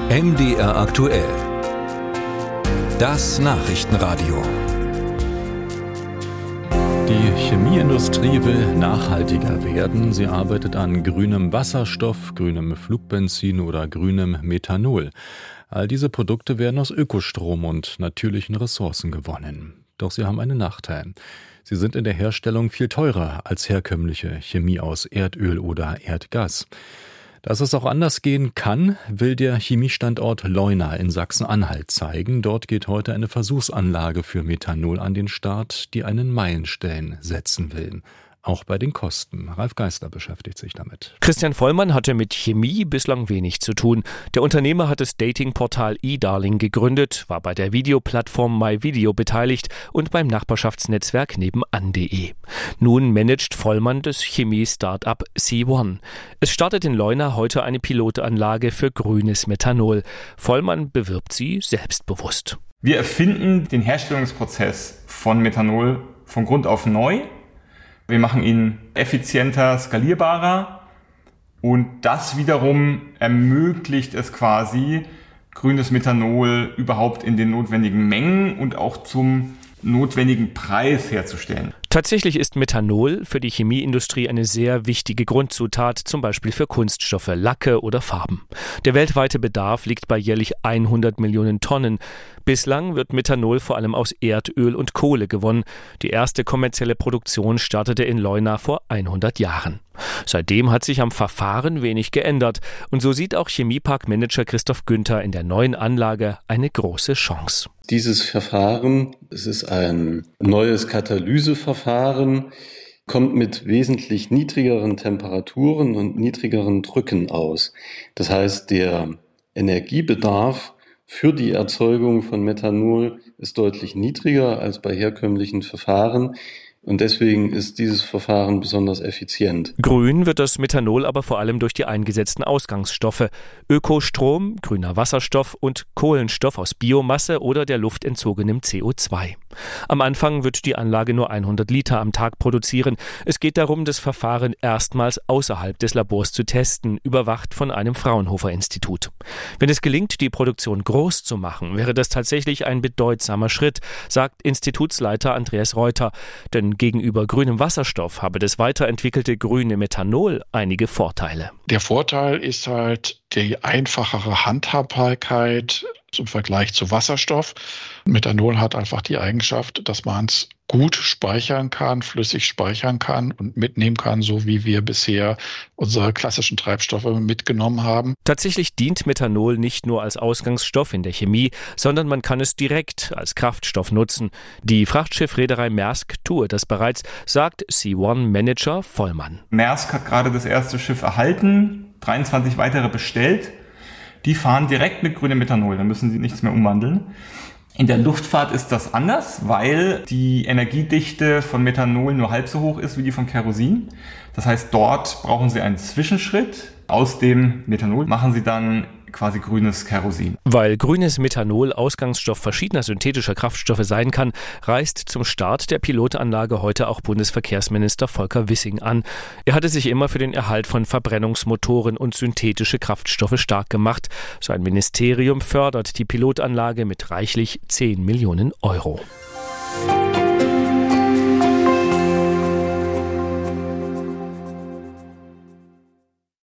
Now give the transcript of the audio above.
MDR aktuell. Das Nachrichtenradio. Die Chemieindustrie will nachhaltiger werden. Sie arbeitet an grünem Wasserstoff, grünem Flugbenzin oder grünem Methanol. All diese Produkte werden aus Ökostrom und natürlichen Ressourcen gewonnen. Doch sie haben einen Nachteil. Sie sind in der Herstellung viel teurer als herkömmliche Chemie aus Erdöl oder Erdgas. Dass es auch anders gehen kann, will der Chemiestandort Leuna in Sachsen-Anhalt zeigen. Dort geht heute eine Versuchsanlage für Methanol an den Start, die einen Meilenstein setzen will. Auch bei den Kosten. Ralf Geisler beschäftigt sich damit. Christian Vollmann hatte mit Chemie bislang wenig zu tun. Der Unternehmer hat das Datingportal eDarling gegründet, war bei der Videoplattform MyVideo beteiligt und beim Nachbarschaftsnetzwerk nebenan.de. Nun managt Vollmann das Chemie-Startup C1. Es startet in Leuna heute eine Pilotanlage für grünes Methanol. Vollmann bewirbt sie selbstbewusst. Wir erfinden den Herstellungsprozess von Methanol von Grund auf neu. Wir machen ihn effizienter, skalierbarer und das wiederum ermöglicht es quasi, grünes Methanol überhaupt in den notwendigen Mengen und auch zum notwendigen Preis herzustellen. Tatsächlich ist Methanol für die Chemieindustrie eine sehr wichtige Grundzutat, zum Beispiel für Kunststoffe, Lacke oder Farben. Der weltweite Bedarf liegt bei jährlich 100 Millionen Tonnen. Bislang wird Methanol vor allem aus Erdöl und Kohle gewonnen. Die erste kommerzielle Produktion startete in Leuna vor 100 Jahren. Seitdem hat sich am Verfahren wenig geändert. Und so sieht auch Chemieparkmanager Christoph Günther in der neuen Anlage eine große Chance. Dieses Verfahren, es ist ein neues Katalyseverfahren, kommt mit wesentlich niedrigeren Temperaturen und niedrigeren Drücken aus. Das heißt, der Energiebedarf für die Erzeugung von Methanol ist deutlich niedriger als bei herkömmlichen Verfahren. Und deswegen ist dieses Verfahren besonders effizient. Grün wird das Methanol aber vor allem durch die eingesetzten Ausgangsstoffe. Ökostrom, grüner Wasserstoff und Kohlenstoff aus Biomasse oder der Luft entzogenem CO2. Am Anfang wird die Anlage nur 100 Liter am Tag produzieren. Es geht darum, das Verfahren erstmals außerhalb des Labors zu testen, überwacht von einem Fraunhofer-Institut. Wenn es gelingt, die Produktion groß zu machen, wäre das tatsächlich ein bedeutsamer Schritt, sagt Institutsleiter Andreas Reuter. Denn gegenüber grünem Wasserstoff habe das weiterentwickelte grüne Methanol einige Vorteile. Der Vorteil ist halt die einfachere Handhabbarkeit im Vergleich zu Wasserstoff. Methanol hat einfach die Eigenschaft, dass man es gut speichern kann, flüssig speichern kann und mitnehmen kann, so wie wir bisher unsere klassischen Treibstoffe mitgenommen haben. Tatsächlich dient Methanol nicht nur als Ausgangsstoff in der Chemie, sondern man kann es direkt als Kraftstoff nutzen. Die Frachtschiffreederei Maersk tue das bereits, sagt C1-Manager Vollmann. Maersk hat gerade das erste Schiff erhalten, 23 weitere bestellt. Die fahren direkt mit grünem Methanol, da müssen sie nichts mehr umwandeln. In der Luftfahrt ist das anders, weil die Energiedichte von Methanol nur halb so hoch ist wie die von Kerosin. Das heißt, dort brauchen sie einen Zwischenschritt. Aus dem Methanol machen sie dann quasi grünes Kerosin. Weil grünes Methanol Ausgangsstoff verschiedener synthetischer Kraftstoffe sein kann, reist zum Start der Pilotanlage heute auch Bundesverkehrsminister Volker Wissing an. Er hatte sich immer für den Erhalt von Verbrennungsmotoren und synthetische Kraftstoffe stark gemacht. Sein Ministerium fördert die Pilotanlage mit reichlich 10 Millionen Euro.